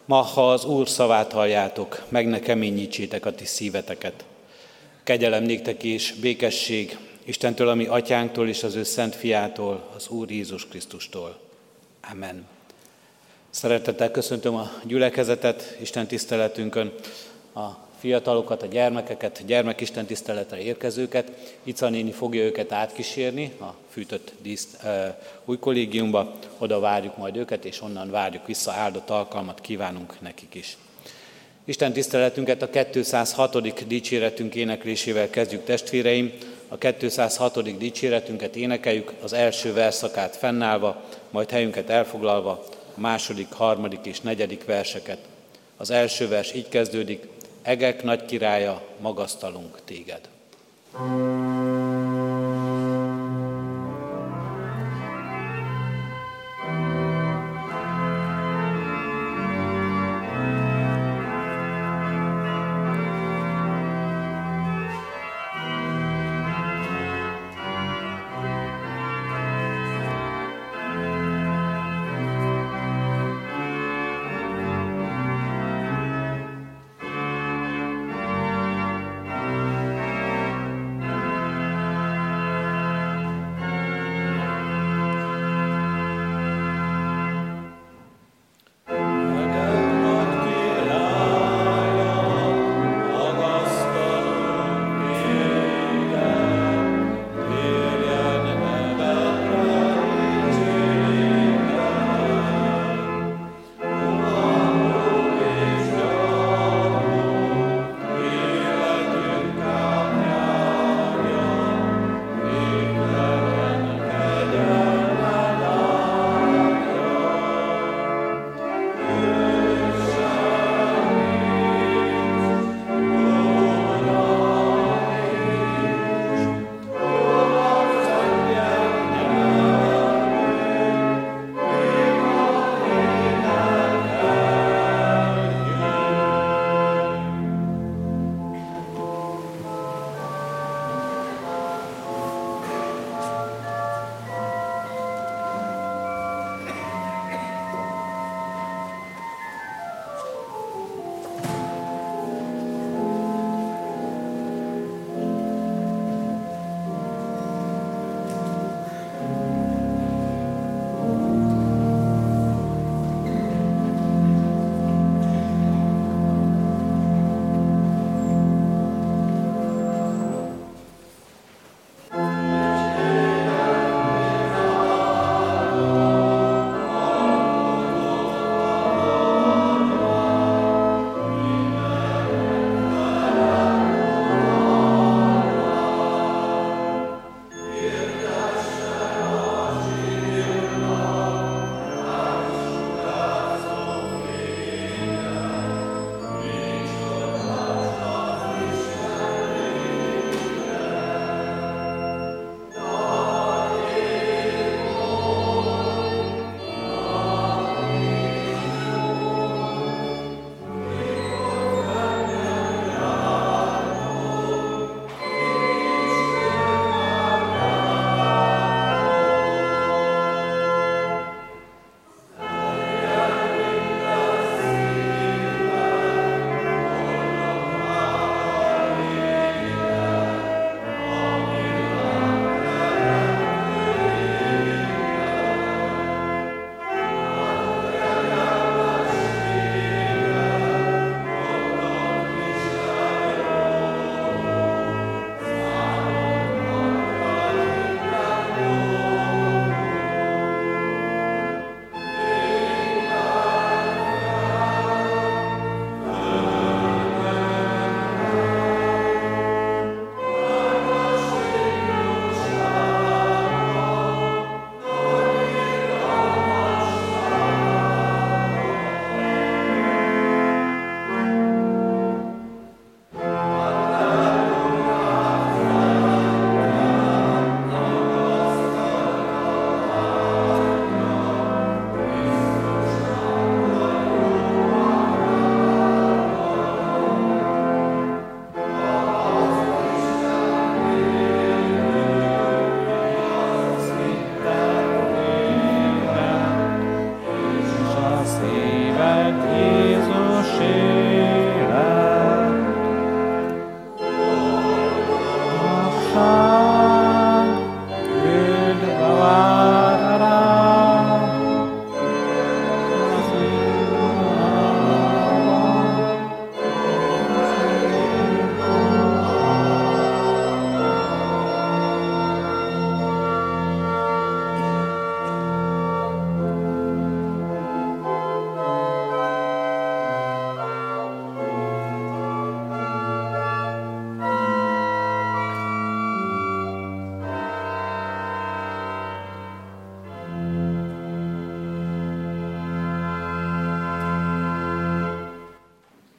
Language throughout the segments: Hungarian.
Ma, ha az Úr szavát halljátok, meg ne keményítsétek a ti szíveteket. Kegyelem néktek és békesség Istentől, a mi atyánktól és az ő szent fiától, az Úr Jézus Krisztustól. Amen. Szeretettel köszöntöm a gyülekezetet Isten tiszteletünkön, a fiatalokat, a gyermekeket, gyermekisten tiszteletre érkezőket. Ica néni fogja őket átkísérni a fűtött új kollégiumba, oda várjuk majd őket, és onnan várjuk vissza, áldott alkalmat kívánunk nekik is. Isten tiszteletünket a 206. dicséretünk éneklésével kezdjük, testvéreim. A 206. dicséretünket énekeljük, az első versszakát fennállva, majd helyünket elfoglalva, a második, harmadik és negyedik verseket. Az első vers így kezdődik: Egek nagy királya, magasztalunk téged.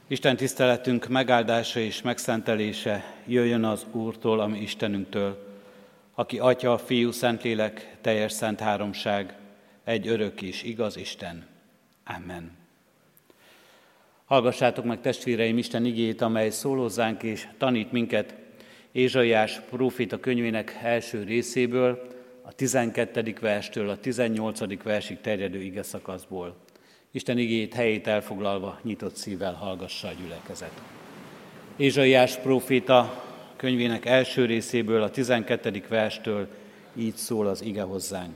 Isten tiszteletünk megáldása és megszentelése jöjjön az Úrtól, ami Istenünktől, aki Atya, Fiú, Szentlélek, teljes szent háromság, egy örök és igaz Isten. Amen. Hallgassátok meg, testvéreim, Isten igéjét, amely szól hozzánk és tanít minket Ézsaiás próféta könyvének első részéből, a 12. verstől a 18. versig terjedő igeszakaszból. Isten igéjét helyét elfoglalva, nyitott szívvel hallgassa a gyülekezet. Ézsaiás próféta könyvének első részéből, a 12. verstől így szól az ige hozzánk.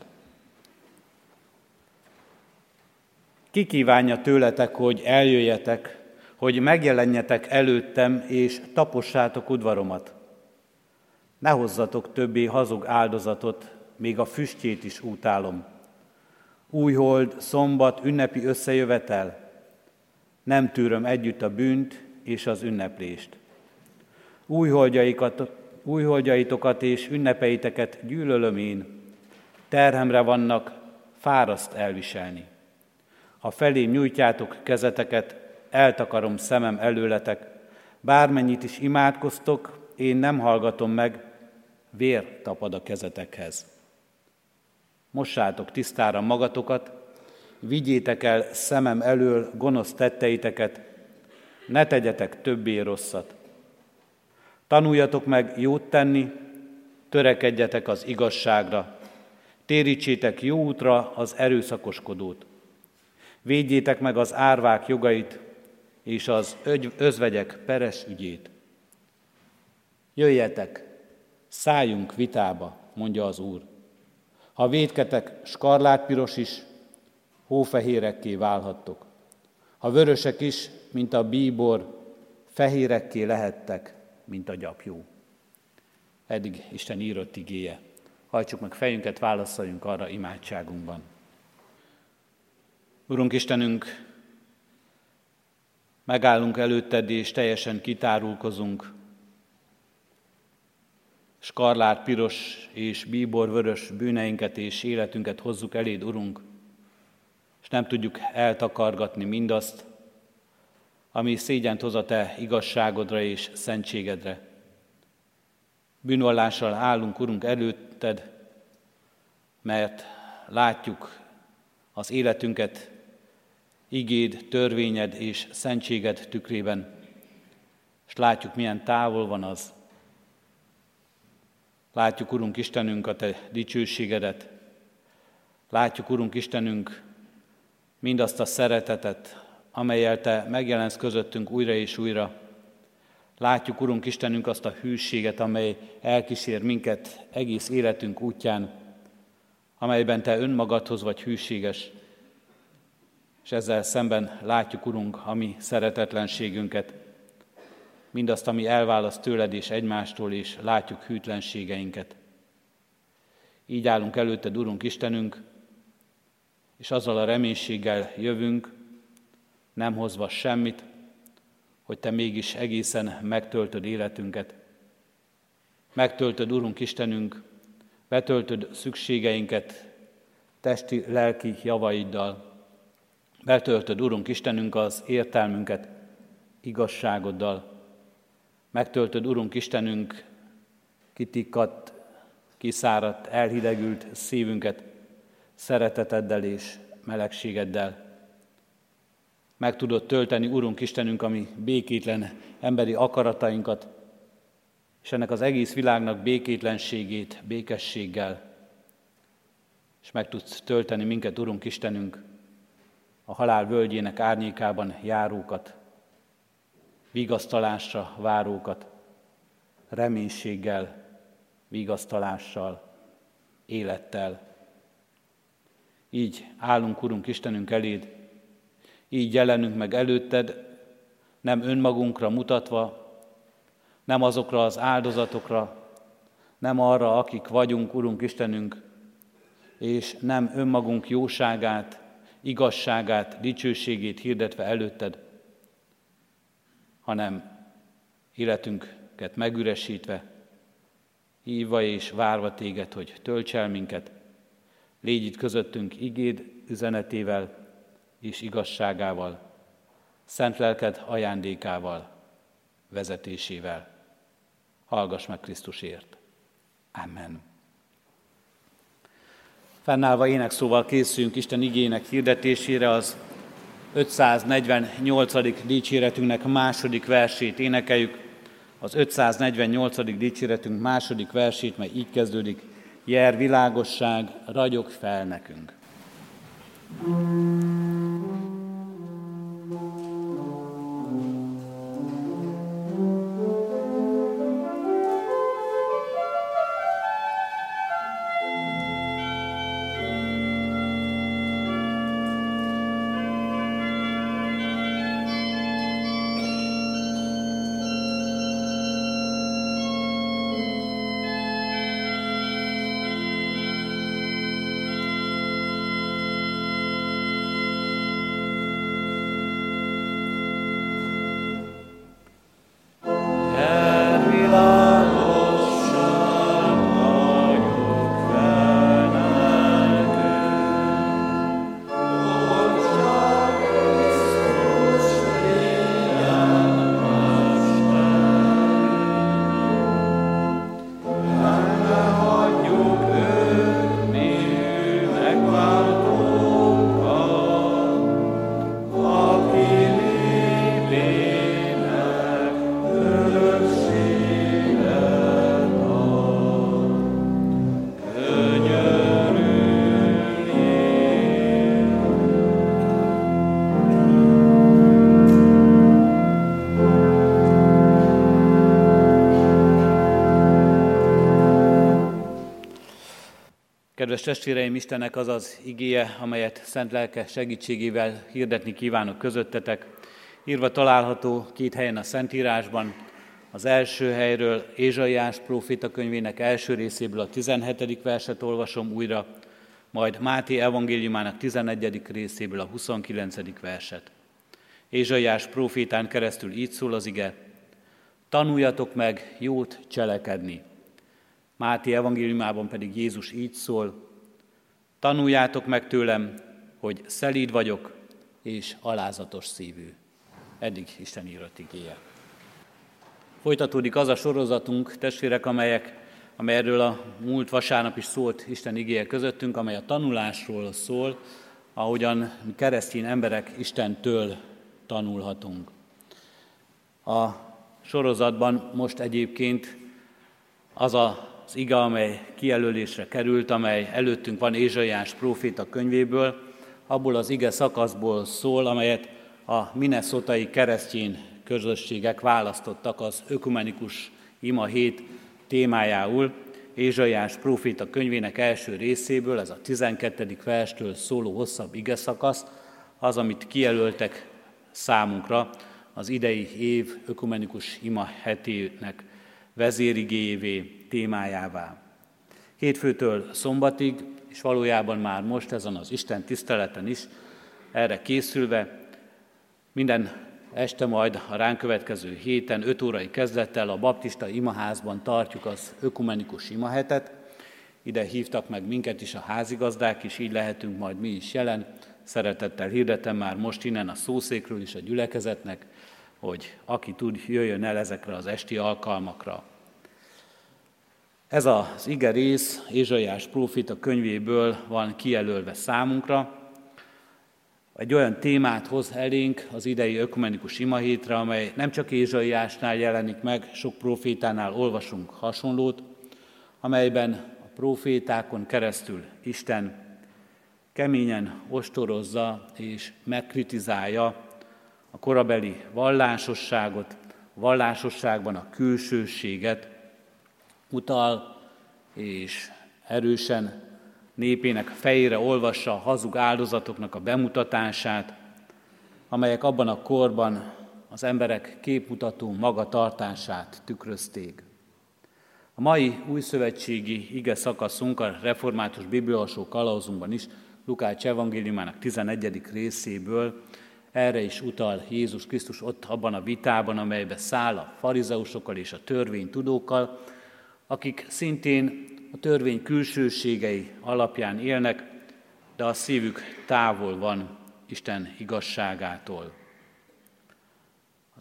Ki kívánja tőletek, hogy eljöjjetek, hogy megjelenjetek előttem, és tapossátok udvaromat. Ne hozzatok többé hazug áldozatot, még a füstjét is utálom. Újhold, szombat, ünnepi összejövetel. Nem tűröm együtt a bűnt és az ünneplést. Újholdjaitokat és ünnepeiteket gyűlölöm én. Terhemre vannak, fáraszt elviselni. Ha felém nyújtjátok kezeteket, eltakarom szemem előletek. Bármennyit is imádkoztok, én nem hallgatom meg, vér tapad a kezetekhez. Mossátok tisztára magatokat, vigyétek el szemem elől gonosz tetteiteket, ne tegyetek többé rosszat. Tanuljatok meg jót tenni, törekedjetek az igazságra, térítsétek jó útra az erőszakoskodót. Védjétek meg az árvák jogait és az özvegyek peres ügyét. Jöjjetek, szálljunk vitába, mondja az Úr. Ha vétketek skarlátpiros is, hófehérekké válhattok. Ha vörösek is, mint a bíbor, fehérekké lehettek, mint a gyapjú. Eddig Isten írott igéje. Hajtsuk meg fejünket, válaszoljunk arra imádságunkban. Urunk Istenünk, megállunk előtted, és teljesen kitárulkozunk. Skarlát, piros és bíborvörös bűneinket és életünket hozzuk eléd, Urunk, és nem tudjuk eltakargatni mindazt, ami szégyent hoz a Te igazságodra és szentségedre. Bűnvallással állunk, Urunk, előtted, mert látjuk az életünket igéd, törvényed és szentséged tükrében, és látjuk, milyen távol van az. Látjuk, Urunk Istenünk, a Te dicsőségedet. Látjuk, Urunk Istenünk, mindazt a szeretetet, amellyel Te megjelensz közöttünk újra és újra. Látjuk, Urunk Istenünk, azt a hűséget, amely elkísér minket egész életünk útján, amelyben Te önmagadhoz vagy hűséges. És ezzel szemben látjuk, Urunk, a mi szeretetlenségünket, mindazt, ami elválaszt tőled és egymástól, és látjuk hűtlenségeinket. Így állunk előtted, Urunk Istenünk, és azzal a reménységgel jövünk, nem hozva semmit, hogy Te mégis egészen megtöltöd életünket. Megtöltöd, Urunk Istenünk, betöltöd szükségeinket testi, lelki javaiddal. Betöltöd, Urunk Istenünk, az értelmünket igazságoddal. Megtöltöd, Urunk Istenünk, kitikkadt, kiszáradt, elhidegült szívünket szereteteddel és melegségeddel. Meg tudod tölteni, Urunk Istenünk, a mi békétlen emberi akaratainkat, és ennek az egész világnak békétlenségét békességgel. És meg tudsz tölteni minket, Urunk Istenünk, a halál völgyének árnyékában járókat, vigasztalásra várókat, reménységgel, vigasztalással, élettel. Így állunk, Urunk Istenünk, eléd, így jelenünk meg előtted, nem önmagunkra mutatva, nem azokra az áldozatokra, nem arra, akik vagyunk, Urunk Istenünk, és nem önmagunk jóságát, igazságát, dicsőségét hirdetve előtted, hanem életünket megüresítve, hívva és várva téged, hogy tölts el minket, légy itt közöttünk igéd üzenetével és igazságával, szent lelked ajándékával, vezetésével. Hallgass meg Krisztusért. Amen. Fennállva énekszóval készülünk Isten igének hirdetésére, az 548. dicséretünknek második versét énekeljük. Az 548. dicséretünk második versét, mely így kezdődik: Jer világosság, ragyog fel nekünk. Kedves testvéreim, Istennek az az igéje, amelyet szent lelke segítségével hirdetni kívánok közöttetek. Írva található két helyen a Szentírásban. Az első helyről Ézsaiás próféta könyvének első részéből a 17. verset olvasom újra, majd Máté evangéliumának 11. részéből a 29. verset. Ézsaiás prófétán keresztül így szól az ige: tanuljatok meg jót cselekedni. Máté evangéliumában pedig Jézus így szól: tanuljátok meg tőlem, hogy szelíd vagyok és alázatos szívű. Eddig Isten írott igéje. Folytatódik az a sorozatunk, testvérek, amely erről a múlt vasárnap is szólt Isten igéje közöttünk, amely a tanulásról szól, ahogyan mi keresztény emberek Istentől tanulhatunk. A sorozatban most egyébként az az ige, amely kijelölésre került, amely előttünk van Ézsaiás próféta könyvéből, abból az ige szakaszból szól, amelyet a minnesotai keresztény közösségek választottak az ökumenikus ima hét témájául. Ézsaiás próféta könyvének első részéből, ez a 12. verstől szóló hosszabb ige szakasz, az, amit kijelöltek számunkra az idei év ökumenikus ima hetének vezérigéjévé, témájává. Hétfőtől szombatig, és valójában már most ezen az Isten tiszteleten is erre készülve, minden este majd a ránk következő héten 5 órai kezdettel a baptista imaházban tartjuk az ökumenikus imahetet. Ide hívtak meg minket is a házigazdák, és így lehetünk majd mi is jelen. Szeretettel hirdetem már most innen a szószékről is a gyülekezetnek, hogy aki tud, jöjjön el ezekre az esti alkalmakra. Ez az ige rész Ézsaiás próféta könyvéből van kijelölve számunkra. Egy olyan témát hoz elénk az idei ökumenikus imahétre, amely nem csak Ézsaiásnál jelenik meg, sok prófétánál olvasunk hasonlót, amelyben a prófétákon keresztül Isten keményen ostorozza és megkritizálja a korabeli vallásosságot, a vallásosságban a külsőséget, utal és erősen népének fejére olvassa a hazug áldozatoknak a bemutatását, amelyek abban a korban az emberek képmutató magatartását tükrözték. A mai újszövetségi ige szakaszunk a református bibliaolvasó kalauzunkban is, Lukács evangéliumának 11. részéből erre is utal Jézus Krisztus ott abban a vitában, amelybe száll a farizeusokkal és a törvénytudókkal, akik szintén a törvény külsőségei alapján élnek, de a szívük távol van Isten igazságától.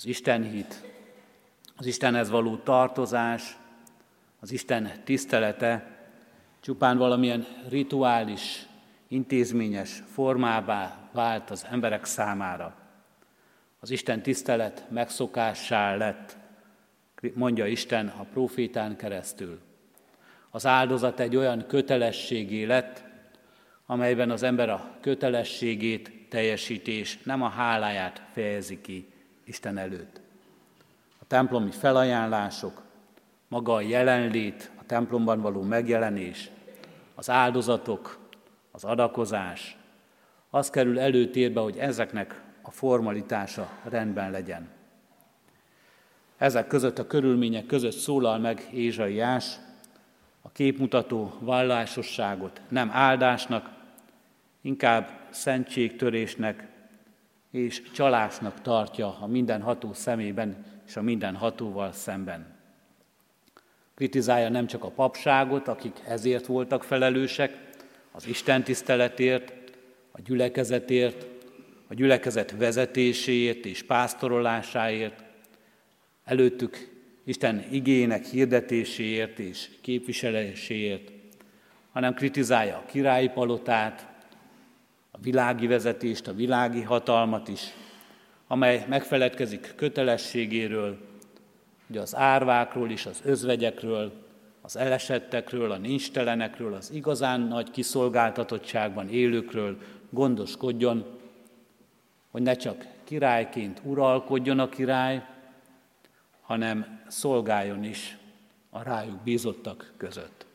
az istenhit, az Istenhez való tartozás, az Isten tisztelete csupán valamilyen rituális, intézményes formává vált az emberek számára. Az Isten tisztelet megszokássá lett, mondja Isten a prófétán keresztül. Az áldozat egy olyan kötelességé lett, amelyben az ember a kötelességét teljesíti, és nem a háláját fejezi ki Isten előtt. A templomi felajánlások, maga a jelenlét, a templomban való megjelenés, az áldozatok, az adakozás, az kerül előtérbe, hogy ezeknek a formalitása rendben legyen. Ezek között a körülmények között szólal meg Ézsaiás, a képmutató vallásosságot nem áldásnak, inkább szentségtörésnek és csalásnak tartja a mindenható szemében és a mindenhatóval szemben. Kritizálja nem csak a papságot, akik ezért voltak felelősek, az Isten tiszteletért, a gyülekezetért, a gyülekezet vezetéséért és pásztorolásáért, előttük Isten igének hirdetéséért és képviseléséért, hanem kritizálja a királyi palotát, a világi vezetést, a világi hatalmat is, amely megfeledkezik kötelességéről, hogy az árvákról és az özvegyekről, az elesettekről, a nincstelenekről, az igazán nagy kiszolgáltatottságban élőkről gondoskodjon, hogy ne csak királyként uralkodjon a király, hanem szolgáljon is a rájuk bízottak között.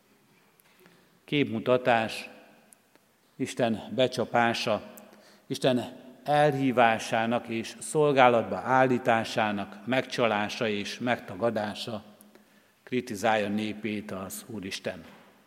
Képmutatás, Isten becsapása, Isten elhívásának és szolgálatba állításának megcsalása és megtagadása, kritizálja népét az Úristen.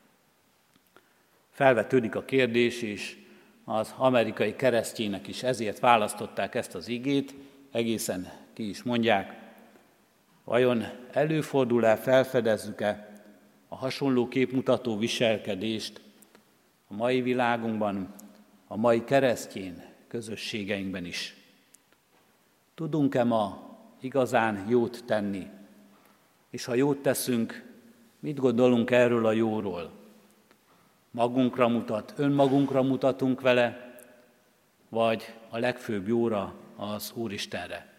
Felvetődik a kérdés, és az amerikai keresztjének is ezért választották ezt az igét, egészen ki is mondják, vajon előfordul-e, felfedezzük-e a hasonló képmutató viselkedést a mai világunkban, a mai keresztény közösségeinkben is? Tudunk-e ma igazán jót tenni? És ha jót teszünk, mit gondolunk erről a jóról? Magunkra mutat, önmagunkra mutatunk vele, vagy a legfőbb jóra, az Úristenre?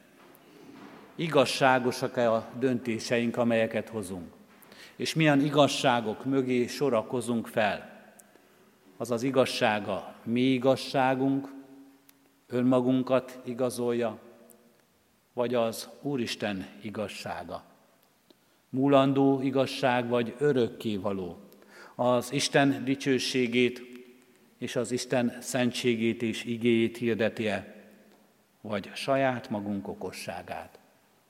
Igazságosak-e a döntéseink, amelyeket hozunk? És milyen igazságok mögé sorakozunk fel? Az az igazsága mi igazságunk, önmagunkat igazolja, vagy az Úristen igazsága? Múlandó igazság, vagy örökkévaló? Az Isten dicsőségét és az Isten szentségét és igéjét hirdeti-e, vagy saját magunk okosságát?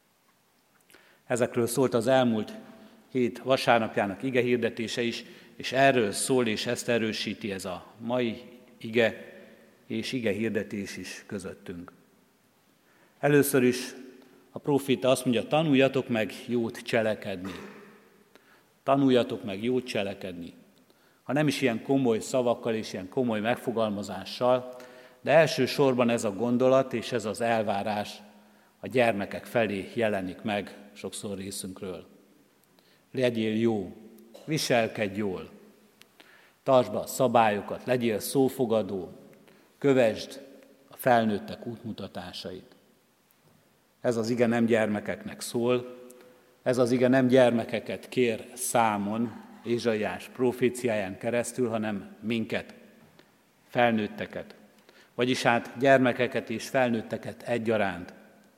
Ezekről szólt az elmúlt hét vasárnapjának ige hirdetése is, és erről szól, és ezt erősíti ez a mai ige és ige hirdetés is közöttünk. Először is a próféta azt mondja, tanuljatok meg jót cselekedni. Tanuljatok meg jót cselekedni. Ha nem is ilyen komoly szavakkal és ilyen komoly megfogalmazással, de elsősorban ez a gondolat és ez az elvárás a gyermekek felé jelenik meg sokszor részünkről. Legyél jó, viselkedj jól, tartsd be a szabályokat, legyél szófogadó, kövesd a felnőttek útmutatásait. Ez az ige nem gyermekeknek szól, ez az ige nem gyermekeket kér számon, Ézsaiás proféciáján keresztül, hanem minket, felnőtteket, vagyis hát gyermekeket és felnőtteket egyaránt.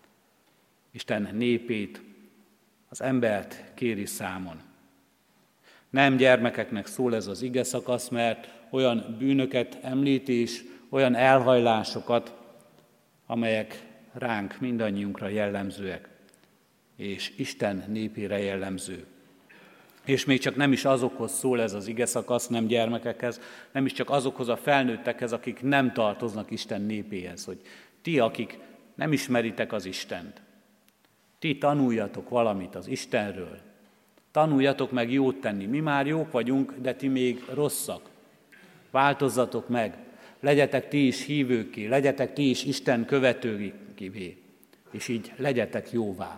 Isten népét, az embert kéri számon. Nem gyermekeknek szól ez az ige szakasz, mert olyan bűnöket említ és olyan elhajlásokat, amelyek ránk, mindannyiunkra jellemzőek, és Isten népére jellemző. És még csak nem is azokhoz szól ez az ige szakasz, nem gyermekekhez, nem is csak azokhoz a felnőttekhez, akik nem tartoznak Isten népéhez, hogy ti, akik nem ismeritek az Istent, ti tanuljatok valamit az Istenről, tanuljatok meg jót tenni. Mi már jók vagyunk, de ti még rosszak. Változzatok meg, legyetek ti is hívőké, legyetek ti is Isten követőivé. és így legyetek jóvá.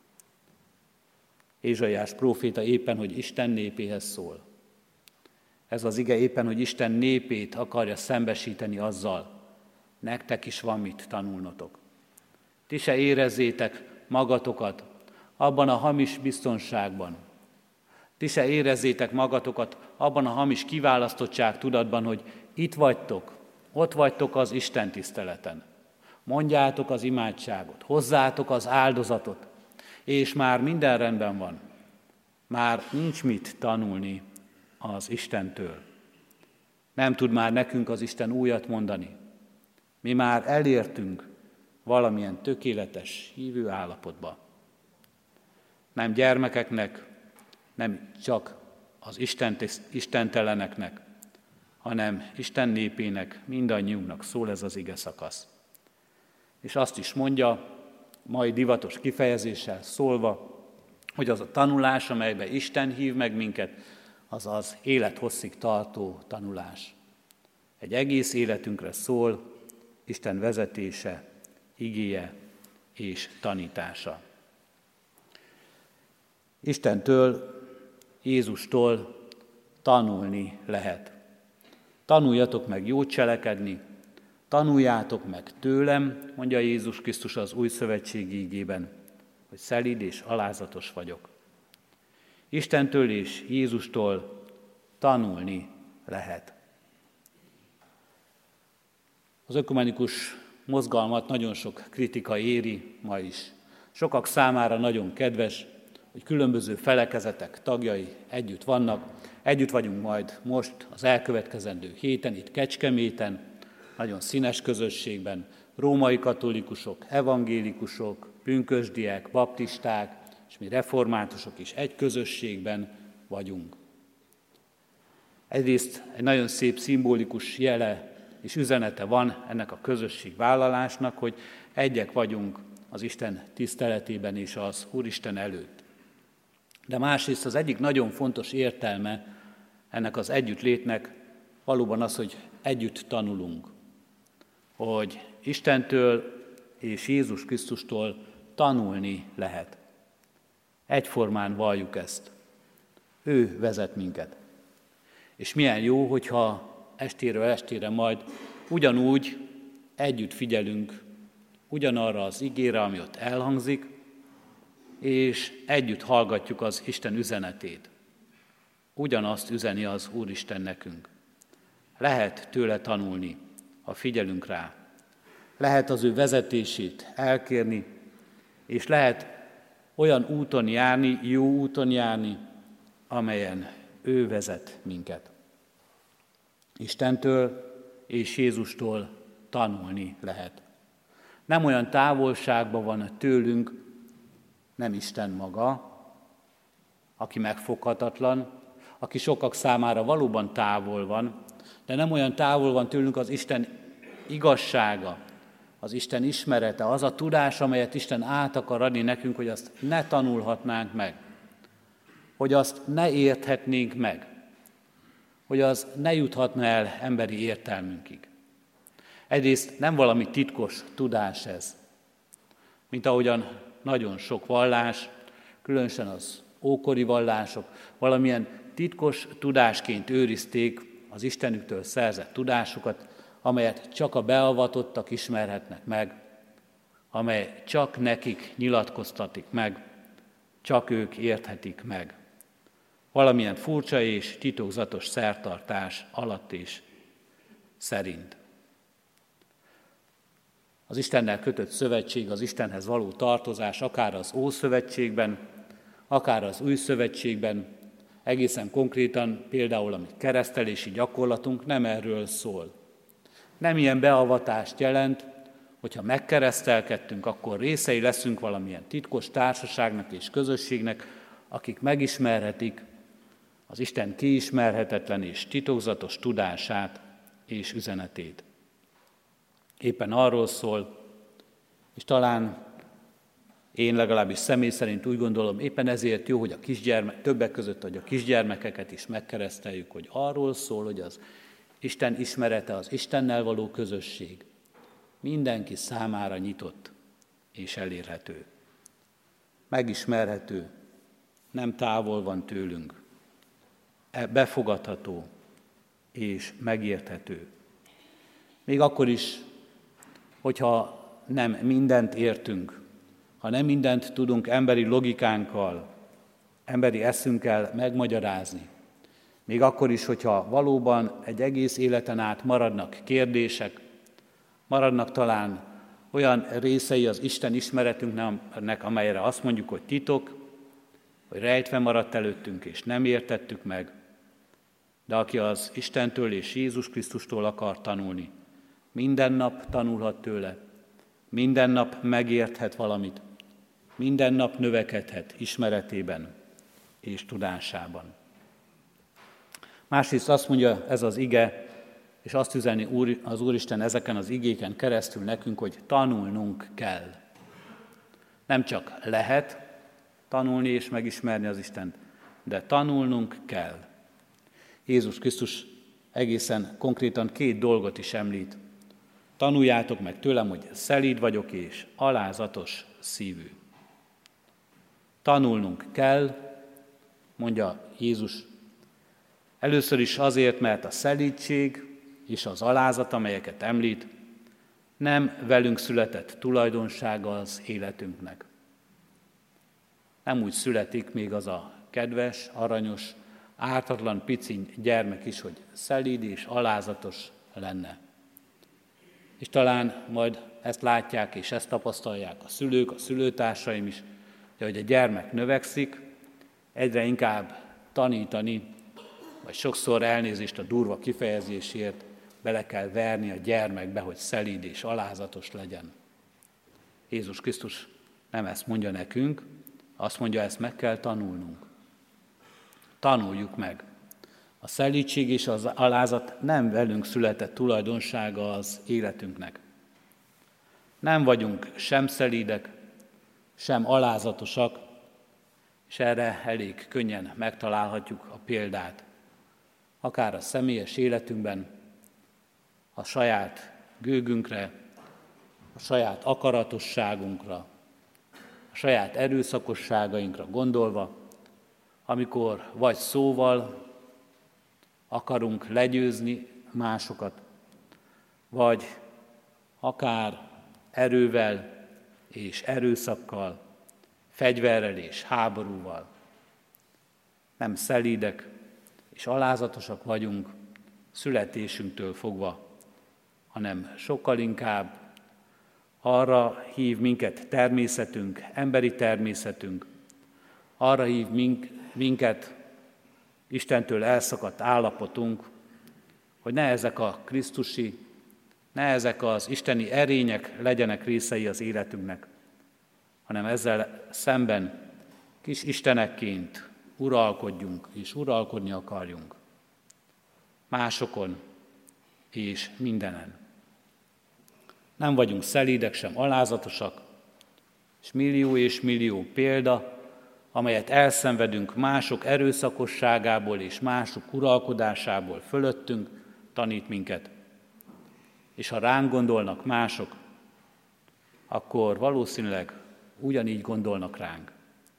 Ézsaiás próféta éppen, hogy Isten népéhez szól. Ez az ige éppen, hogy Isten népét akarja szembesíteni azzal, nektek is van mit tanulnotok. Ti se érezzétek magatokat abban a hamis biztonságban. Ti se érezzétek magatokat abban a hamis kiválasztottság tudatban, hogy itt vagytok, ott vagytok az Isten tiszteleten. Mondjátok az imádságot, hozzátok az áldozatot, és már minden rendben van. Már nincs mit tanulni az Istentől. Nem tud már nekünk az Isten újat mondani. Mi már elértünk valamilyen tökéletes hívő állapotba. Nem gyermekeknek, nem csak az istenteleneknek, hanem Isten népének, mindannyiunknak szól ez az ige szakasz. És azt is mondja, mai divatos kifejezéssel szólva, hogy az a tanulás, amelybe Isten hív meg minket, az az élethosszig tartó tanulás. Egy egész életünkre szól Isten vezetése, igéje és tanítása. Istentől, Jézustól tanulni lehet. Tanuljatok meg jót cselekedni, tanuljátok meg tőlem, mondja Jézus Krisztus az új szövetségi igében, hogy szelíd és alázatos vagyok. Istentől és Jézustól tanulni lehet. Az ökumenikus mozgalmat nagyon sok kritika éri ma is. Sokak számára nagyon kedves, hogy különböző felekezetek tagjai együtt vannak. Együtt vagyunk majd most az elkövetkezendő héten, itt Kecskeméten, nagyon színes közösségben, római katolikusok, evangélikusok, pünkösdiek, baptisták, és mi reformátusok is egy közösségben vagyunk. Egyrészt egy nagyon szép szimbolikus jele és üzenete van ennek a közösségvállalásnak, hogy egyek vagyunk az Isten tiszteletében és az Úristen előtt. De másrészt az egyik nagyon fontos értelme ennek az együttlétnek valóban az, hogy együtt tanulunk, hogy Istentől és Jézus Krisztustól tanulni lehet. Egyformán valljuk ezt. Ő vezet minket. És milyen jó, hogyha estéről estére majd ugyanúgy együtt figyelünk ugyanarra az igére, ami ott elhangzik, és együtt hallgatjuk az Isten üzenetét. Ugyanazt üzeni az Úristen nekünk. Lehet tőle tanulni, ha figyelünk rá. Lehet az ő vezetését elkérni, és lehet olyan úton járni, jó úton járni, amelyen ő vezet minket. Istentől és Jézustól tanulni lehet. Nem olyan távolságban van tőlünk, nem Isten maga, aki megfoghatatlan, aki sokak számára valóban távol van, de nem olyan távol van tőlünk az Isten igazsága, az Isten ismerete, az a tudás, amelyet Isten át akar adni nekünk, hogy azt ne tanulhatnánk meg, hogy azt ne érthetnénk meg, hogy az ne juthatna el emberi értelmünkig. Egyrészt nem valami titkos tudás ez, mint ahogyan nagyon sok vallás, különösen az ókori vallások, valamilyen titkos tudásként őrizték az Istenüktől szerzett tudásukat, amelyet csak a beavatottak ismerhetnek meg, amely csak nekik nyilatkoztatik meg, csak ők érthetik meg. Valamilyen furcsa és titokzatos szertartás alatt és szerint. Az Istennel kötött szövetség, az Istenhez való tartozás, akár az Ószövetségben, akár az Új Szövetségben, egészen konkrétan például a mi keresztelési gyakorlatunk nem erről szól. Nem ilyen beavatást jelent, hogyha megkeresztelkedtünk, akkor részei leszünk valamilyen titkos társaságnak és közösségnek, akik megismerhetik az Isten kiismerhetetlen és titokzatos tudását és üzenetét. Éppen arról szól, és talán én legalábbis személy szerint úgy gondolom, éppen ezért jó, hogy többek között, hogy a kisgyermekeket is megkereszteljük, hogy arról szól, hogy az Isten ismerete, az Istennel való közösség mindenki számára nyitott és elérhető. Megismerhető, nem távol van tőlünk. Befogadható és megérthető. Még akkor is, hogyha nem mindent értünk, ha nem mindent tudunk emberi logikánkkal, emberi eszünkkel megmagyarázni, még akkor is, hogyha valóban egy egész életen át maradnak kérdések, maradnak talán olyan részei az Isten ismeretünknek, amelyre azt mondjuk, hogy titok, hogy rejtve maradt előttünk, és nem értettük meg, de aki az Istentől és Jézus Krisztustól akar tanulni, minden nap tanulhat tőle, minden nap megérthet valamit, minden nap növekedhet ismeretében és tudásában. Másrészt azt mondja ez az ige, és azt üzeni az Úristen ezeken az igéken keresztül nekünk, hogy tanulnunk kell. Nem csak lehet tanulni és megismerni az Istent, de tanulnunk kell. Jézus Krisztus egészen konkrétan 2 dolgot is említ. Tanuljátok meg tőlem, hogy szelíd vagyok és alázatos szívű. Tanulnunk kell, mondja Jézus, először is azért, mert a szelídség és az alázat, amelyeket említ, nem velünk született tulajdonsága az életünknek. Nem úgy születik még az a kedves, aranyos, ártatlan piciny gyermek is, hogy szelíd és alázatos lenne. És talán majd ezt látják és ezt tapasztalják a szülők, a szülőtársaim is, de hogy a gyermek növekszik, egyre inkább tanítani, vagy sokszor elnézést a durva kifejezésért bele kell verni a gyermekbe, hogy szelíd és alázatos legyen. Jézus Krisztus nem ezt mondja nekünk, azt mondja, ezt meg kell tanulnunk. Tanuljuk meg. A szelídség és az alázat nem velünk született tulajdonsága az életünknek. Nem vagyunk sem szelídek, sem alázatosak, és erre elég könnyen megtalálhatjuk a példát. Akár a személyes életünkben, a saját gőgünkre, a saját akaratosságunkra, a saját erőszakosságainkra gondolva, amikor vagy szóval akarunk legyőzni másokat, vagy akár erővel és erőszakkal, fegyverrel és háborúval. Nem szelídek és alázatosak vagyunk születésünktől fogva, hanem sokkal inkább arra hív minket természetünk, emberi természetünk, arra hív minket Istentől elszakadt állapotunk, hogy ne ezek a krisztusi, ne ezek az isteni erények legyenek részei az életünknek, hanem ezzel szemben kis istenekként uralkodjunk és uralkodni akarjunk. Másokon és mindenen. Nem vagyunk szelídek, sem alázatosak, és millió példa, amelyet elszenvedünk mások erőszakosságából és mások uralkodásából fölöttünk, tanít minket. És ha ránk gondolnak mások, akkor valószínűleg ugyanígy gondolnak ránk.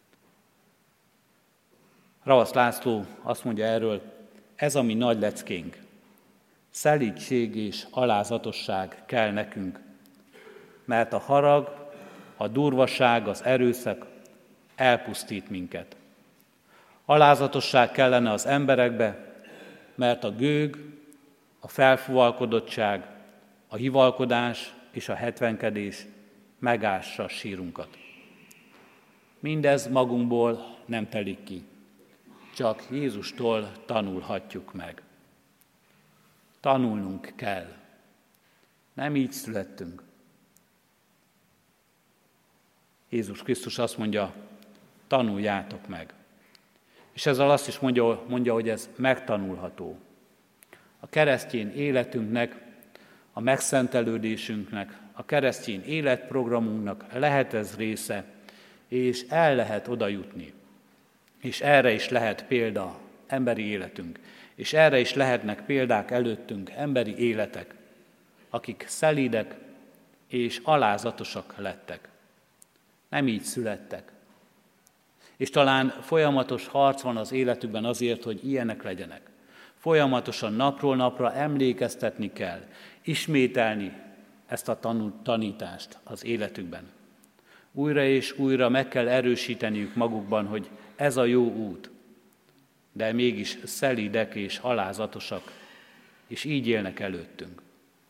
Ravasz László azt mondja erről, ez a mi nagy leckénk. Szelídség és alázatosság kell nekünk, mert a harag, a durvaság, az erőszak elpusztít minket. Alázatosság kellene az emberekbe, mert a gőg, a felfúvalkodottság, a hivalkodás és a hetvenkedés megássa a sírunkat. Mindez magunkból nem telik ki, csak Jézustól tanulhatjuk meg. Tanulnunk kell. Nem így születtünk. Jézus Krisztus azt mondja, tanuljátok meg. És ezzel azt is mondja, hogy ez megtanulható. A keresztény életünknek, a megszentelődésünknek, a keresztény életprogramunknak lehet ez része, és el lehet oda jutni. És erre is lehet példa emberi életünk. És erre is lehetnek példák előttünk emberi életek, akik szelídek és alázatosak lettek. Nem így születtek. És talán folyamatos harc van az életükben azért, hogy ilyenek legyenek. Folyamatosan napról napra emlékeztetni kell, ismételni ezt a tanítást az életükben. Újra és újra meg kell erősíteniük magukban, hogy ez a jó út, de mégis szelídek és alázatosak, és így élnek előttünk.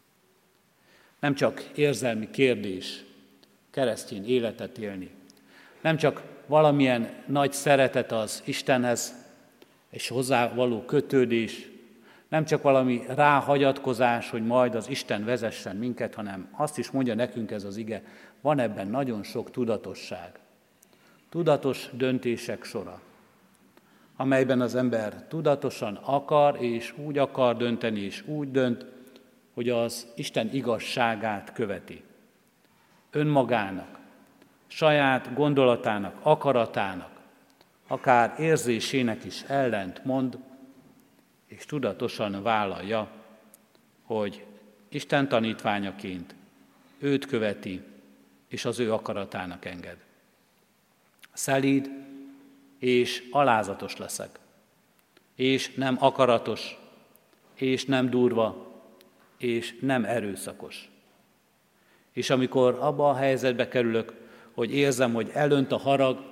Nem csak érzelmi kérdés keresztény életet élni, nem csak valamilyen nagy szeretet az Istenhez és hozzá való kötődés, nem csak valami ráhagyatkozás, hogy majd az Isten vezessen minket, hanem azt is mondja nekünk ez az ige, van ebben nagyon sok tudatosság. Tudatos döntések sora, amelyben az ember tudatosan akar és úgy akar dönteni, és úgy dönt, hogy az Isten igazságát követi. Önmagának, saját gondolatának, akaratának, akár érzésének is ellent mond, és tudatosan vállalja, hogy Isten tanítványaként őt követi, és az ő akaratának enged. Szelíd és alázatos leszek, és nem akaratos, és nem durva, és nem erőszakos. És amikor abba a helyzetbe kerülök, hogy érzem, hogy elönt a harag,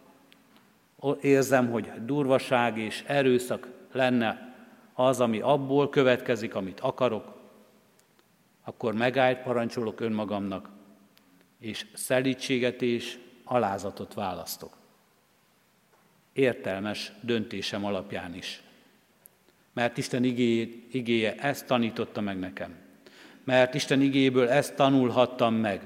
érzem, hogy durvaság és erőszak lenne az, ami abból következik, amit akarok, akkor megállt parancsolok önmagamnak, és szelídséget és alázatot választok. Értelmes döntésem alapján is. Mert Isten igéje ezt tanította meg nekem. Mert Isten igéjéből ezt tanulhattam meg,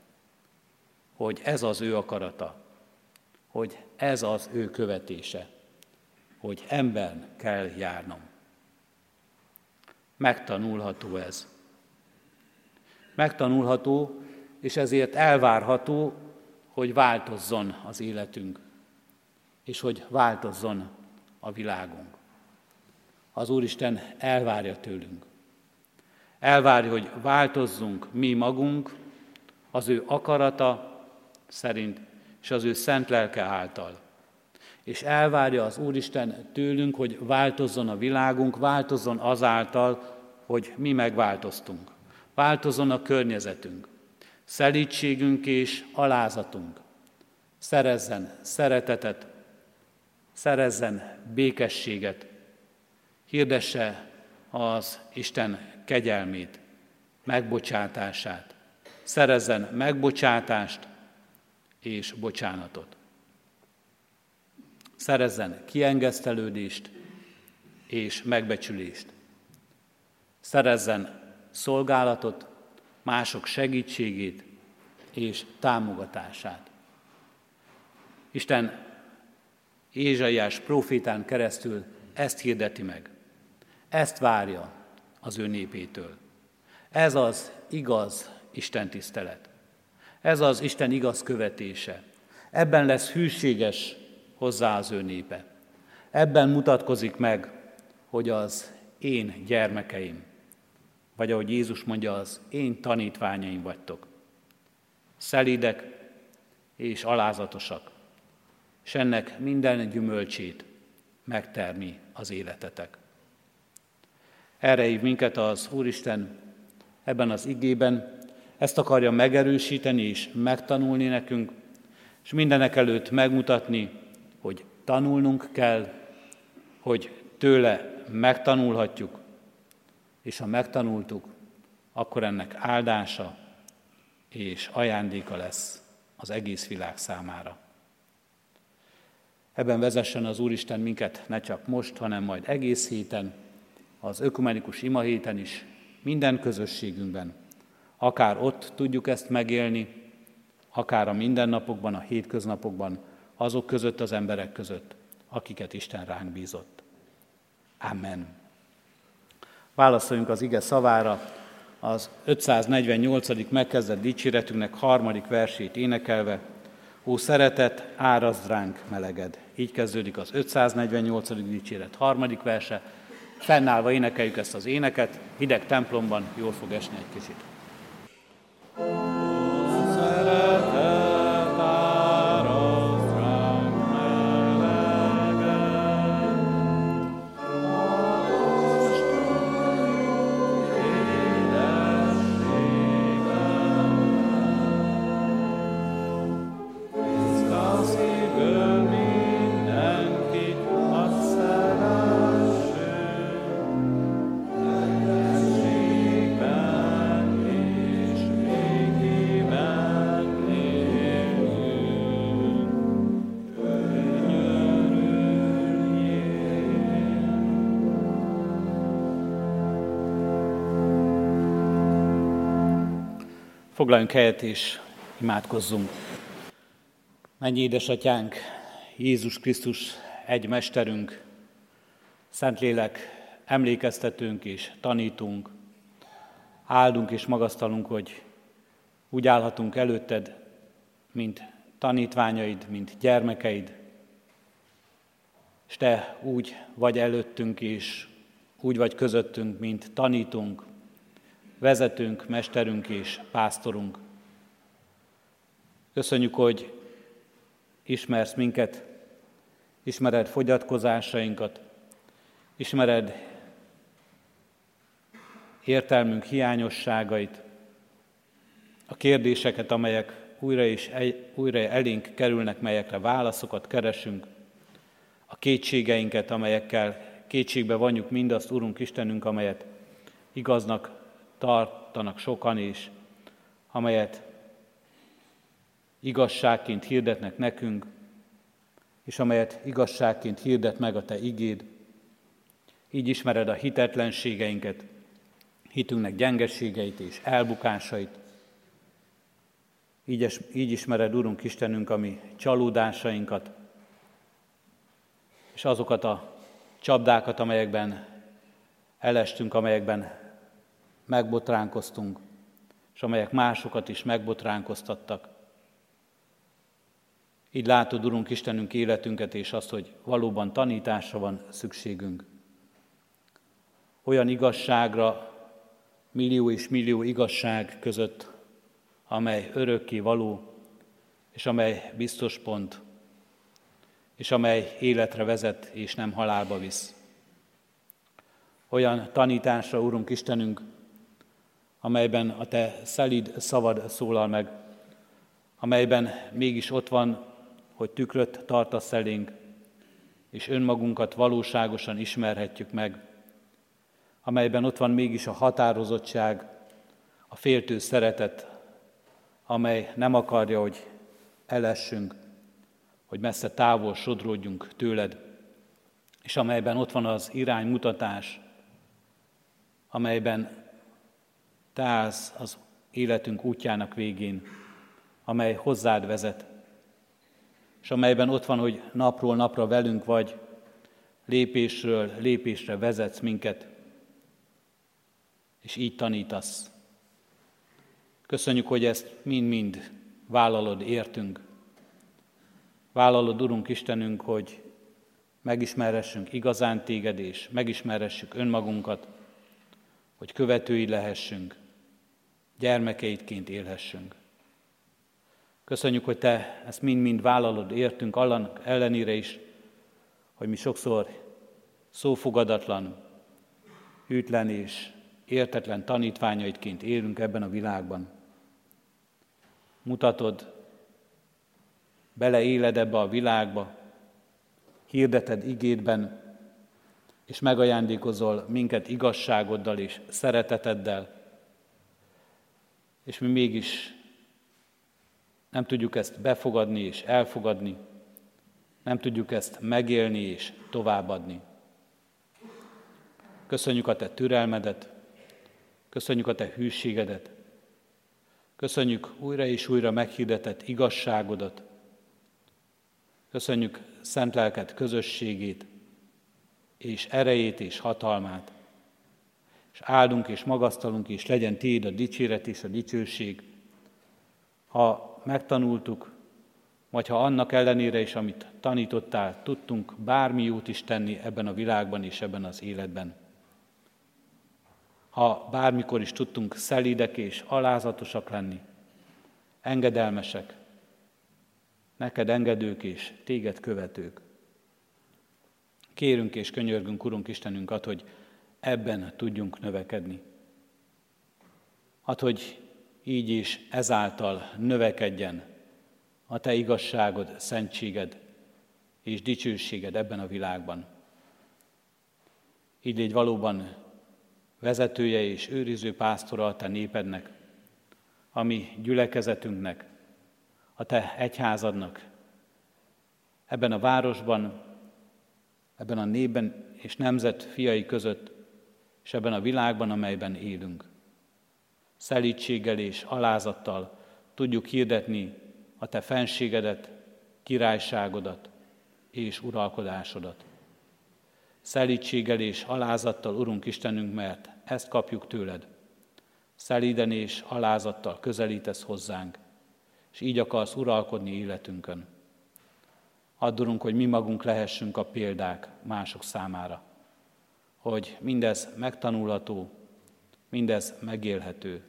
hogy ez az ő akarata, hogy ez az ő követése, hogy embern kell járnom. Megtanulható ez. Megtanulható, és ezért elvárható, hogy változzon az életünk, és hogy változzon a világunk. Az Úristen elvárja tőlünk. Elvárja, hogy változzunk mi magunk az ő akarata szerint, és az ő szent lelke által. És elvárja az Úristen tőlünk, hogy változzon a világunk, változzon azáltal, hogy mi megváltoztunk. Változzon a környezetünk, szelídségünk és alázatunk. Szerezzen szeretetet, szerezzen békességet, hirdesse az Isten kegyelmét, megbocsátását, szerezzen megbocsátást és bocsánatot. Szerezzen kiengesztelődést és megbecsülést. Szerezzen szolgálatot, mások segítségét és támogatását. Isten Ézsaiás prófétán keresztül ezt hirdeti meg. Ezt várja az ő népétől. Ez az igaz Isten tisztelet. Ez az Isten igaz követése. Ebben lesz hűséges hozzá az ő népe. Ebben mutatkozik meg, hogy az én gyermekeim, vagy ahogy Jézus mondja, az én tanítványaim vagytok. Szelídek és alázatosak, és ennek minden gyümölcsét megtermi az életetek. Erre hív minket az Úristen ebben az igében, ezt akarja megerősíteni és megtanulni nekünk, és mindenek előtt megmutatni, hogy tanulnunk kell, hogy tőle megtanulhatjuk, és ha megtanultuk, akkor ennek áldása és ajándéka lesz az egész világ számára. Ebben vezessen az Úristen minket ne csak most, hanem majd egész héten, az ökumenikus imahéten is, minden közösségünkben. Akár ott tudjuk ezt megélni, akár a mindennapokban, a hétköznapokban, azok között, az emberek között, akiket Isten ránk bízott. Amen. Válaszoljunk az ige szavára, az 548. megkezdett dicséretünknek 3. versét énekelve. Ó szeretet, árazd ránk meleged. Így kezdődik az 548. dicséret 3. verse. Fennállva énekeljük ezt az éneket, hideg templomban jól fog esni egy kicsit. Ó szeretet, Foglaljunk helyet és imádkozzunk. Mennyi édesatyánk, Jézus Krisztus, egy mesterünk, Szentlélek, emlékeztetünk és tanítunk, áldunk és magasztalunk, hogy úgy állhatunk előtted, mint tanítványaid, mint gyermekeid, és te úgy vagy előttünk és úgy vagy közöttünk, mint tanítunk, vezetőnk, mesterünk és pásztorunk. Köszönjük, hogy ismersz minket, ismered fogyatkozásainkat, ismered értelmünk hiányosságait, a kérdéseket, amelyek újra és újra elénk kerülnek, melyekre válaszokat keresünk, a kétségeinket, amelyekkel kétségbe vonjuk mindazt, Urunk Istenünk, amelyet igaznak tartanak sokan is, amelyet igazságként hirdetnek nekünk, és amelyet igazságként hirdet meg a Te igéd. Így ismered a hitetlenségeinket, hitünknek gyengeségeit és elbukásait. Így ismered, Urunk Istenünk, a mi csalódásainkat, és azokat a csapdákat, amelyekben elestünk, amelyekben megbotránkoztunk, és amelyek másokat is megbotránkoztattak. Így látod, Urunk Istenünk, életünket, és azt, hogy valóban tanításra van szükségünk. Olyan igazságra, millió és millió igazság között, amely örökké való, és amely biztos pont, és amely életre vezet, és nem halálba visz. Olyan tanításra, Urunk Istenünk, amelyben a Te szelíd szavad szólal meg, amelyben mégis ott van, hogy tükröt tartasz elénk, és önmagunkat valóságosan ismerhetjük meg, amelyben ott van mégis a határozottság, a féltő szeretet, amely nem akarja, hogy elessünk, hogy messze távol sodródjunk tőled, és amelyben ott van az iránymutatás, amelyben Te állsz az életünk útjának végén, amely hozzád vezet, és amelyben ott van, hogy napról napra velünk vagy, lépésről lépésre vezetsz minket, és így tanítasz. Köszönjük, hogy ezt mind-mind vállalod értünk. Vállalod, Urunk Istenünk, hogy megismerhessünk igazán téged, és megismerhessük önmagunkat, hogy követői lehessünk, gyermekeidként élhessünk. Köszönjük, hogy Te ezt mind-mind vállalod értünk, annak ellenére is, hogy mi sokszor szófogadatlan, hűtlen és értetlen tanítványaidként élünk ebben a világban. Mutatod, beleéled ebbe a világba, hirdeted igédben, és megajándékozol minket igazságoddal és szereteteddel, és mi mégis nem tudjuk ezt befogadni és elfogadni, nem tudjuk ezt megélni és továbbadni. Köszönjük a Te türelmedet, köszönjük a Te hűségedet, köszönjük újra és újra meghirdetett igazságodat, köszönjük szent lelked közösségét, és erejét és hatalmát, és áldunk és magasztalunk, és legyen Tiéd a dicséret és a dicsőség. Ha megtanultuk, vagy ha annak ellenére is, amit tanítottál, tudtunk bármi jót is tenni ebben a világban és ebben az életben. Ha bármikor is tudtunk szelídek és alázatosak lenni, engedelmesek, neked engedők és téged követők. Kérünk és könyörgünk, Urunk Istenünket, hogy ebben tudjunk növekedni. Hogy így is ezáltal növekedjen a Te igazságod, szentséged és dicsőséged ebben a világban. Így légy valóban vezetője és őriző pásztora a Te népednek, a mi gyülekezetünknek, a Te egyházadnak, ebben a városban, ebben a népben és nemzet fiai között, és ebben a világban, amelyben élünk. szelídséggel és alázattal tudjuk hirdetni a Te fenségedet, királyságodat és uralkodásodat. Szelídséggel és alázattal, Urunk Istenünk, mert ezt kapjuk tőled. Szelíden és alázattal közelítesz hozzánk, és így akarsz uralkodni életünkön. Add, Urunk, hogy mi magunk lehessünk a példák mások számára, hogy mindez megtanulható, mindez megélhető.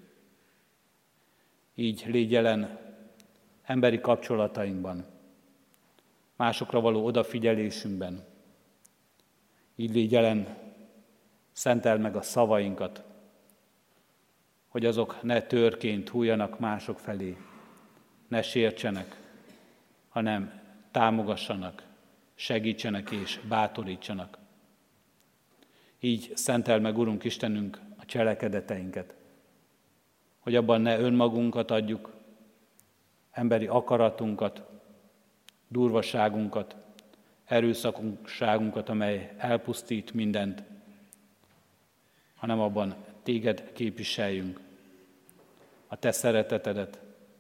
Így légy jelen emberi kapcsolatainkban, másokra való odafigyelésünkben. Így légy jelen, szenteld meg a szavainkat, hogy azok ne törként hújjanak mások felé, ne sértsenek, hanem támogassanak, segítsenek és bátorítsanak. Így szenteld meg, Urunk Istenünk, a cselekedeteinket, hogy abban ne önmagunkat adjuk, emberi akaratunkat, durvaságunkat, erőszakunságunkat, amely elpusztít mindent, hanem abban téged képviseljünk, a te szeretetedet,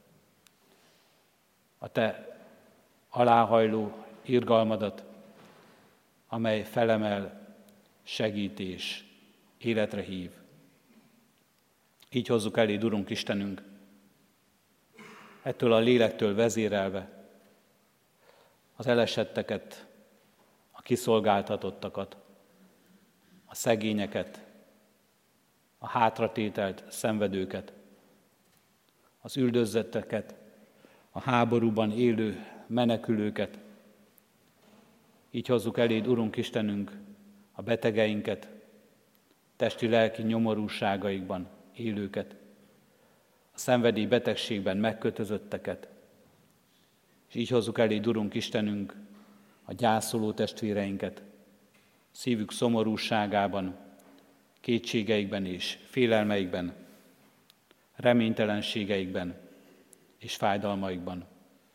a te aláhajló irgalmadat, amely felemel, segít és életre hív. Így hozzuk eléd, Urunk Istenünk, ettől a lélektől vezérelve az elesetteket, a kiszolgáltatottakat, a szegényeket, a hátratételt szenvedőket, az üldözetteket, a háborúban élő menekülőket. Így hozzuk eléd, Urunk Istenünk, a betegeinket, testi-lelki nyomorúságaikban élőket, a szenvedély betegségben megkötözötteket, és így hozzuk eléd, Urunk Istenünk, a gyászoló testvéreinket, szívük szomorúságában, kétségeikben és félelmeikben, reménytelenségeikben és fájdalmaikban.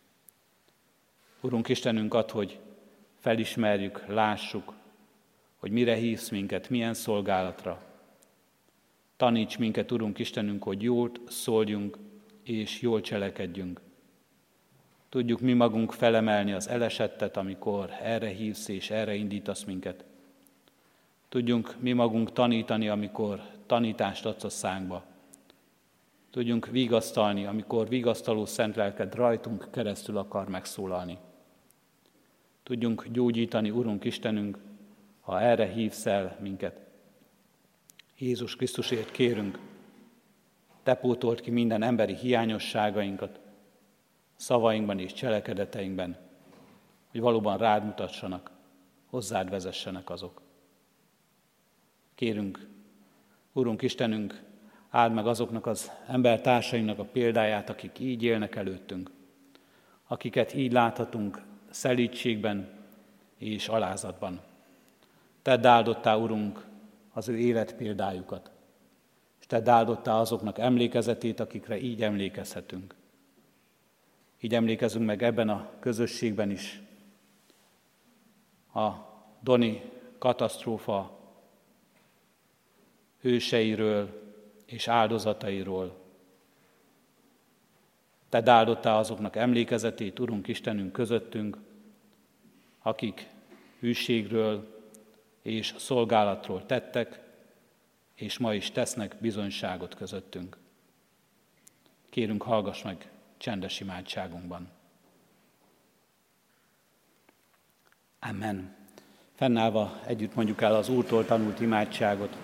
Urunk Istenünk, add, hogy felismerjük, lássuk, hogy mire hívsz minket, milyen szolgálatra. Taníts minket, Urunk Istenünk, hogy jól szóljunk és jól cselekedjünk. Tudjuk mi magunk felemelni az elesettet, amikor erre hívsz és erre indítasz minket. Tudjunk mi magunk tanítani, amikor tanítást adsz a szánkba. Tudjunk vigasztalni, amikor vigasztaló szent lelked rajtunk keresztül akar megszólalni. Tudjunk gyógyítani, Urunk Istenünk, ha erre hívsz el minket. Jézus Krisztusért kérünk, te pótold ki minden emberi hiányosságainkat, szavainkban és cselekedeteinkben, hogy valóban rád mutassanak, hozzád vezessenek azok. Kérünk, Urunk Istenünk, áld meg azoknak az embertársainknak a példáját, akik így élnek előttünk, akiket így láthatunk szelídségben és alázatban. Tedd áldottá, Urunk, az ő életpéldájukat, és tedd áldottá azoknak emlékezetét, akikre így emlékezhetünk. Így emlékezünk meg ebben a közösségben is a Doni katasztrófa hőseiről és áldozatairól. Tedd áldottá azoknak emlékezetét, Urunk Istenünk, közöttünk, akik hűségről és szolgálatról tettek, és ma is tesznek bizonyságot közöttünk. Kérünk, hallgass meg csendes imádságunkban. Amen. Fennállva együtt mondjuk el az Úrtól tanult imádságot.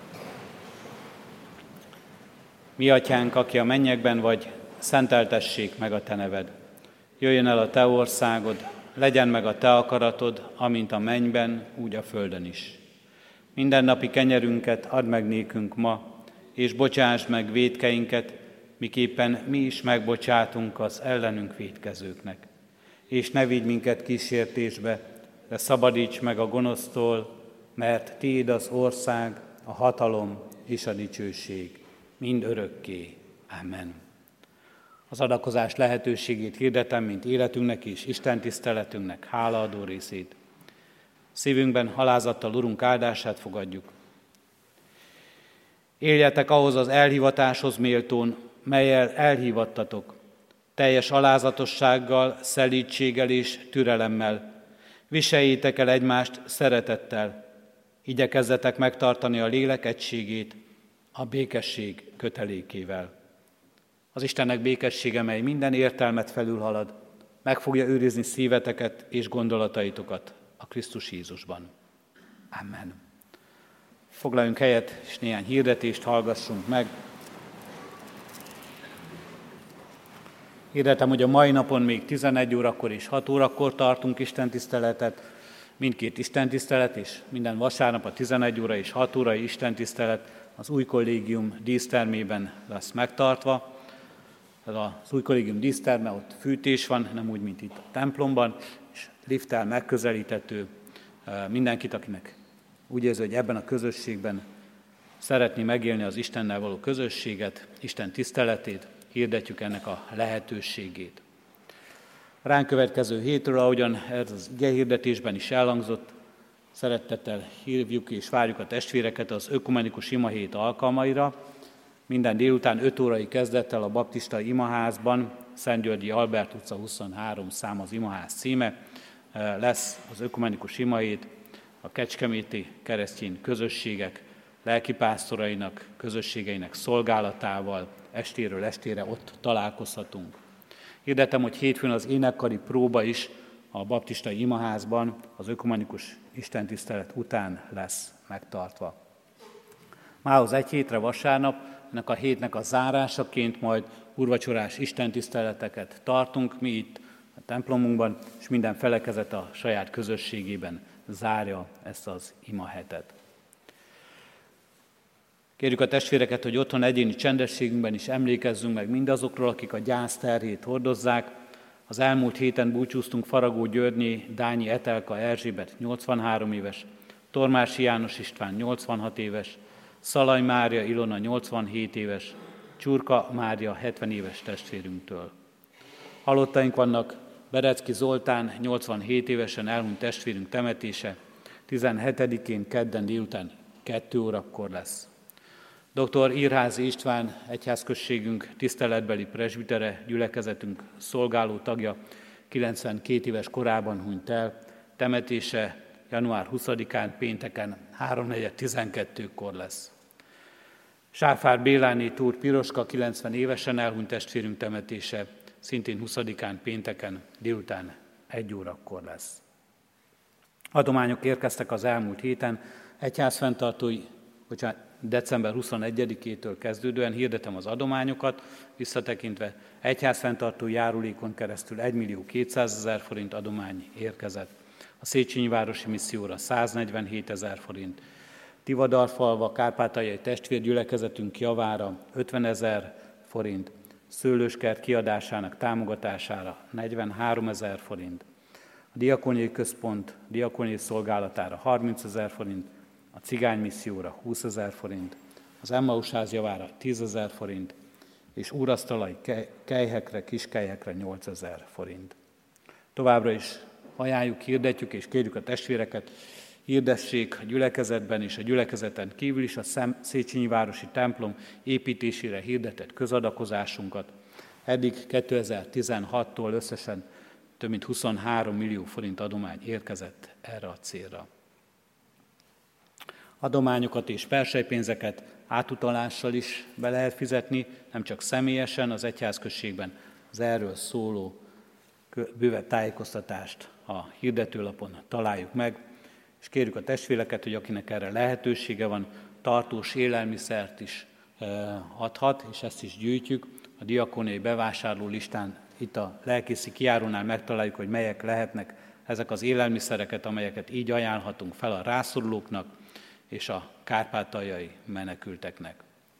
Mi atyánk, aki a mennyekben vagy, szenteltessék meg a te neved. Jöjjön el a te országod, legyen meg a te akaratod, amint a mennyben, úgy a földön is. Mindennapi kenyerünket add meg nékünk ma, és bocsásd meg vétkeinket, miképpen mi is megbocsátunk az ellenünk vétkezőknek. És ne vigy minket kísértésbe, de szabadíts meg a gonosztól, mert tiéd az ország, a hatalom és a dicsőség mind örökké. Amen. Az adakozás lehetőségét hirdetem, mint életünknek és Isten tiszteletünknek hálaadó részét. Szívünkben halázattal Urunk áldását fogadjuk. Éljetek ahhoz az elhivatáshoz méltón, mellyel elhívattatok, teljes alázatossággal, szelídséggel és türelemmel. Viseljétek el egymást szeretettel, igyekezzetek megtartani a lélek egységét a békesség kötelékével. Az Istennek békessége, mely minden értelmet felülhalad, meg fogja őrizni szíveteket és gondolataitokat a Krisztus Jézusban. Amen. Foglaljunk helyet, és néhány hirdetést hallgassunk meg. Hirdetem, hogy a mai napon még 11 órakor és 6 órakor tartunk istentiszteletet. Mindkét istentisztelet és minden vasárnap a 11 óra és 6 órai istentisztelet az új kollégium dísztermében lesz megtartva. Az új kollégium díszterme, ott fűtés van, nem úgy, mint itt a templomban, és lifttel megközelíthető. Mindenkit, akinek úgy érzi, hogy ebben a közösségben szeretné megélni az Istennel való közösséget, Isten tiszteletét, hirdetjük ennek a lehetőségét. Ránk következő hétről, ahogyan ez az igehirdetésben is elhangzott, szeretettel hívjuk és várjuk a testvéreket az ökumenikus imahét alkalmaira. Minden délután 5 órai kezdettel a baptista imaházban, Szentgyörgyi Albert utca 23 szám az imaház címe, lesz az ökumenikus imahét a kecskeméti keresztény közösségek lelkipásztorainak, közösségeinek szolgálatával, estéről estére ott találkozhatunk. Hirdetem, hogy hétfőn az énekkari próba is a baptista imaházban az ökumenikus istentisztelet után lesz megtartva. Mához egy hétre vasárnap, ennek a hétnek a zárásaként majd úrvacsorás istentiszteleteket tartunk, mi itt a templomunkban, és minden felekezet a saját közösségében zárja ezt az imahetet. Kérjük a testvéreket, hogy otthon egyéni csendességünkben is emlékezzünk meg mindazokról, akik a gyász terhét hordozzák. Az elmúlt héten búcsúztunk Faragó Györgyné Dányi Etelka Erzsébet 83 éves, Tormási János István 86 éves, Szalai Mária Ilona 87 éves, Csurka Mária 70 éves testvérünktől. Halottaink vannak: Berecki Zoltán 87 évesen elhunyt testvérünk temetése, 17-én kedden délután 2 órakor lesz. Dr. Írházi István, egyházközségünk tiszteletbeli presbitere, gyülekezetünk szolgáló tagja, 92 éves korában hunyt el, temetése január 20-án pénteken 3:12-kor lesz. Sáfár Béláné Túr Piroska 90 évesen elhunyt testvérünk temetése szintén 20-án pénteken délután 1 órakor lesz. Adományok érkeztek az elmúlt héten, egyházfenntartói, december 21-től kezdődően hirdetem az adományokat, visszatekintve egyházfenntartói járulékon keresztül 1.200.000 forint adomány érkezett. A Széchenyi Városi Misszióra 147.000 forint, Tivadarfalva kárpátaljai testvérgyülekezetünk javára 50.000 forint, Szőlőskert kiadásának támogatására 43.000 forint, a Diakóniai Központ diakóniai szolgálatára 30.000 forint, a Cigány Misszióra 20.000 forint, az Emmaus ház javára 10.000 forint, és úrasztalai kelyhekre, kiskelyhekre 8.000 forint. Továbbra is ajánljuk, hirdetjük és kérjük a testvéreket, hirdessék a gyülekezetben és a gyülekezeten kívül is a Széchenyi Városi templom építésére hirdetett közadakozásunkat. Eddig 2016-tól összesen több mint 23 millió forint adomány érkezett erre a célra. Adományokat és perselypénzeket átutalással is be lehet fizetni, nem csak személyesen, az egyházközségben az erről szóló bővebb tájékoztatást a hirdetőlapon találjuk meg, és kérjük a testvéreket, hogy akinek erre lehetősége van, tartós élelmiszert is adhat, és ezt is gyűjtjük. A diakóniai bevásárló listán itt a lelkészi kijárónál megtaláljuk, hogy melyek lehetnek ezek az élelmiszereket, amelyeket így ajánlhatunk fel a rászorulóknak és a kárpátaljai menekülteknek.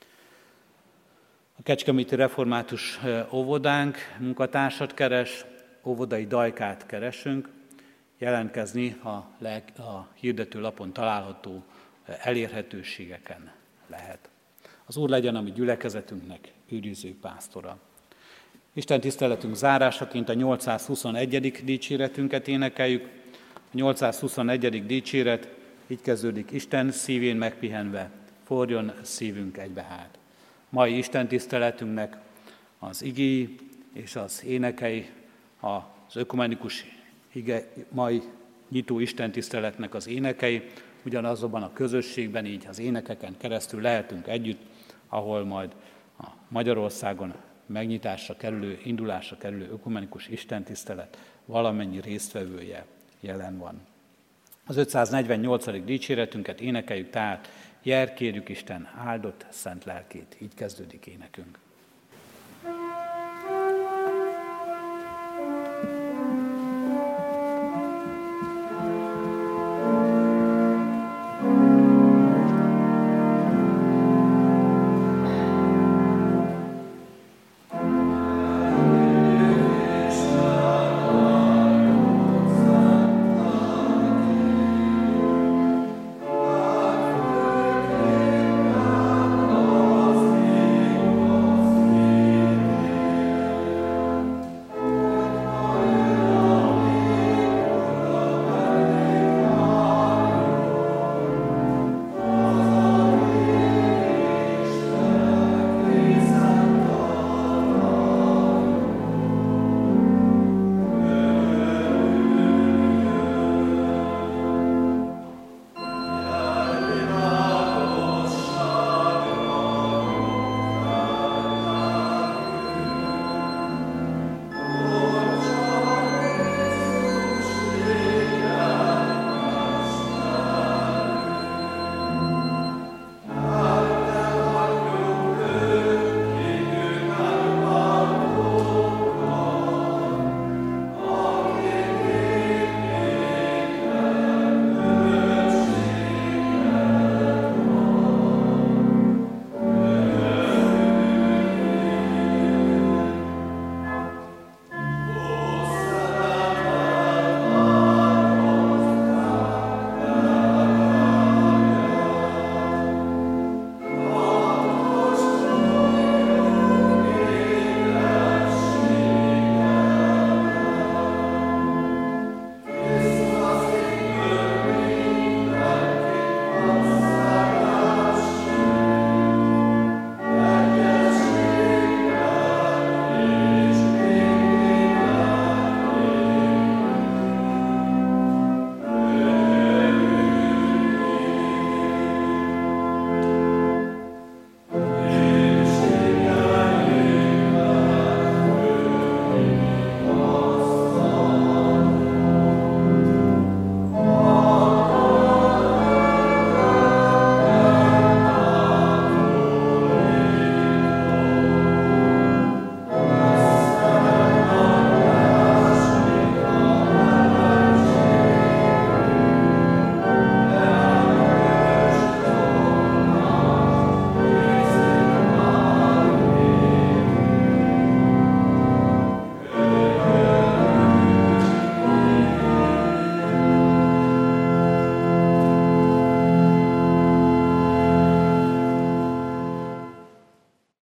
A Kecskeméti Református óvodánk munkatársat keres, óvodai dajkát keresünk, jelentkezni a hirdetőlapon található elérhetőségeken lehet. Az Úr legyen a mi gyülekezetünknek őriző pásztora. Isten tiszteletünk zárásaként a 821. dicséretünket énekeljük. A 821. dicséret így kezdődik: Isten szívén megpihenve, forjon szívünk egybe hát. Mai Isten tiszteletünknek az igéi és az énekei, az ökumenikus mai nyitó Isten tiszteletnek az énekei, ugyanazokban a közösségben, így az énekeken keresztül lehetünk együtt, ahol majd a Magyarországon megnyitásra kerülő, indulásra kerülő ökumenikus istentisztelet valamennyi résztvevője jelen van. Az 548. dicséretünket énekeljük, tehát Jel, kérjük Isten áldott szent lelkét. Így kezdődik énekünk.